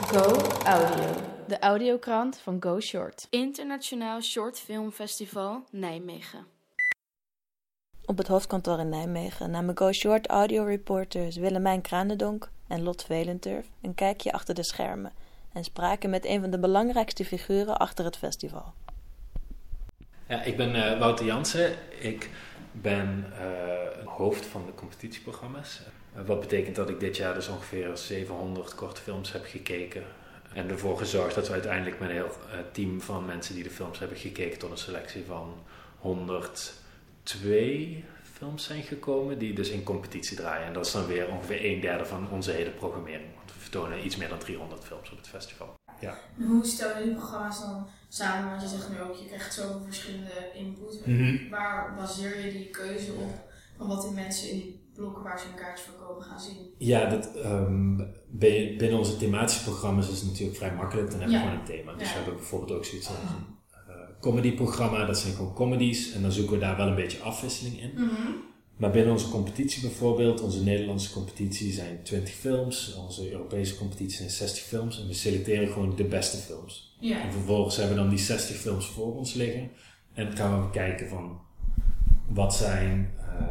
Go Audio, de audiokrant van Go Short. Internationaal Short Film Festival Nijmegen. Op het hoofdkantoor in Nijmegen namen Go Short audioreporters Willemijn Kranendonk en Lot Velenturf een kijkje achter de schermen en spraken met een van de belangrijkste figuren achter het festival. Ja, ik ben Wouter Jansen. Ik ben hoofd van de competitieprogramma's. Wat betekent dat ik dit jaar dus ongeveer 700 korte films heb gekeken. En ervoor gezorgd dat we uiteindelijk met een heel team van mensen die de films hebben gekeken tot een selectie van 102 films zijn gekomen die dus in competitie draaien. En dat is dan weer ongeveer 1/3 van onze hele programmering. Want we vertonen iets meer dan 300 films op het festival. Ja. Hoe stel je die programma's dan samen? Want je zegt nu ook, je krijgt zoveel verschillende input. Waar baseer je die keuze op van wat die mensen in die blokken waar ze een kaartje voor kopen gaan zien? Ja, binnen onze thematische programma's is het natuurlijk vrij makkelijk. Dan hebben we gewoon een thema. Dus we hebben bijvoorbeeld ook zoiets als een comedyprogramma. Dat zijn gewoon comedies. En dan zoeken we daar wel een beetje afwisseling in. Maar binnen onze competitie bijvoorbeeld, onze Nederlandse competitie zijn 20 films. Onze Europese competitie zijn 60 films. En we selecteren gewoon de beste films. Ja. En vervolgens hebben we dan die 60 films voor ons liggen. En dan gaan we kijken van wat zijn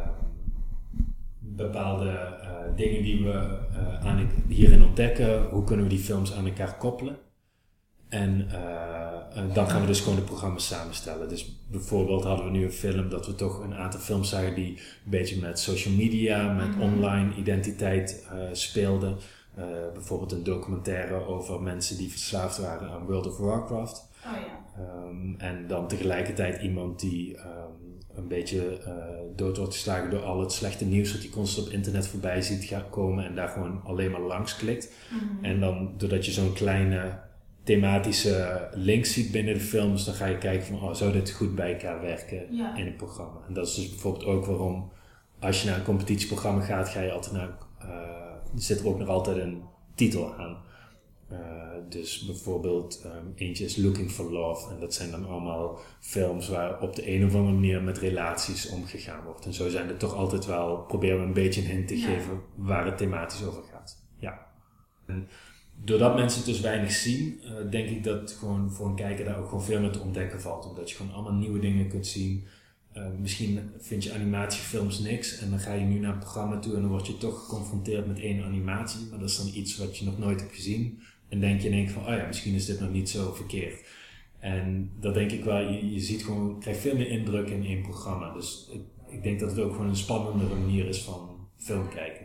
bepaalde dingen die we hierin ontdekken. Hoe kunnen we die films aan elkaar koppelen? En dan gaan we dus gewoon de programma's samenstellen. Dus bijvoorbeeld hadden we nu een film dat we toch een aantal films zagen die een beetje met social media, met online identiteit speelden. Bijvoorbeeld een documentaire over mensen die verslaafd waren aan World of Warcraft. Oh ja. En dan tegelijkertijd iemand die een beetje dood wordt geslagen door al het slechte nieuws dat je constant op internet voorbij ziet komen en daar gewoon alleen maar langs klikt. En dan, doordat je zo'n kleine thematische link ziet binnen de films, dan ga je kijken van, zou dit goed bij elkaar werken in het programma. En dat is dus bijvoorbeeld ook waarom, als je naar een competitieprogramma gaat, ga je altijd naar, zit er ook nog altijd een titel aan. Dus bijvoorbeeld eentje is Looking for Love en dat zijn dan allemaal films waar op de een of andere manier met relaties omgegaan wordt. En zo zijn er toch altijd wel, proberen we een beetje een hint te geven waar het thematisch over gaat. Ja. En doordat mensen het dus weinig zien, denk ik dat gewoon voor een kijker daar ook gewoon veel meer te ontdekken valt. Omdat je gewoon allemaal nieuwe dingen kunt zien. Misschien vind je animatiefilms niks en dan ga je nu naar een programma toe en dan word je toch geconfronteerd met één animatie. Maar dat is dan iets wat je nog nooit hebt gezien. En denk je in één keer van, oh ja, misschien is dit nog niet zo verkeerd. En dat denk ik wel, je ziet gewoon, je krijgt veel meer indruk in één programma. Dus ik denk dat het ook gewoon een spannendere manier is van film kijken.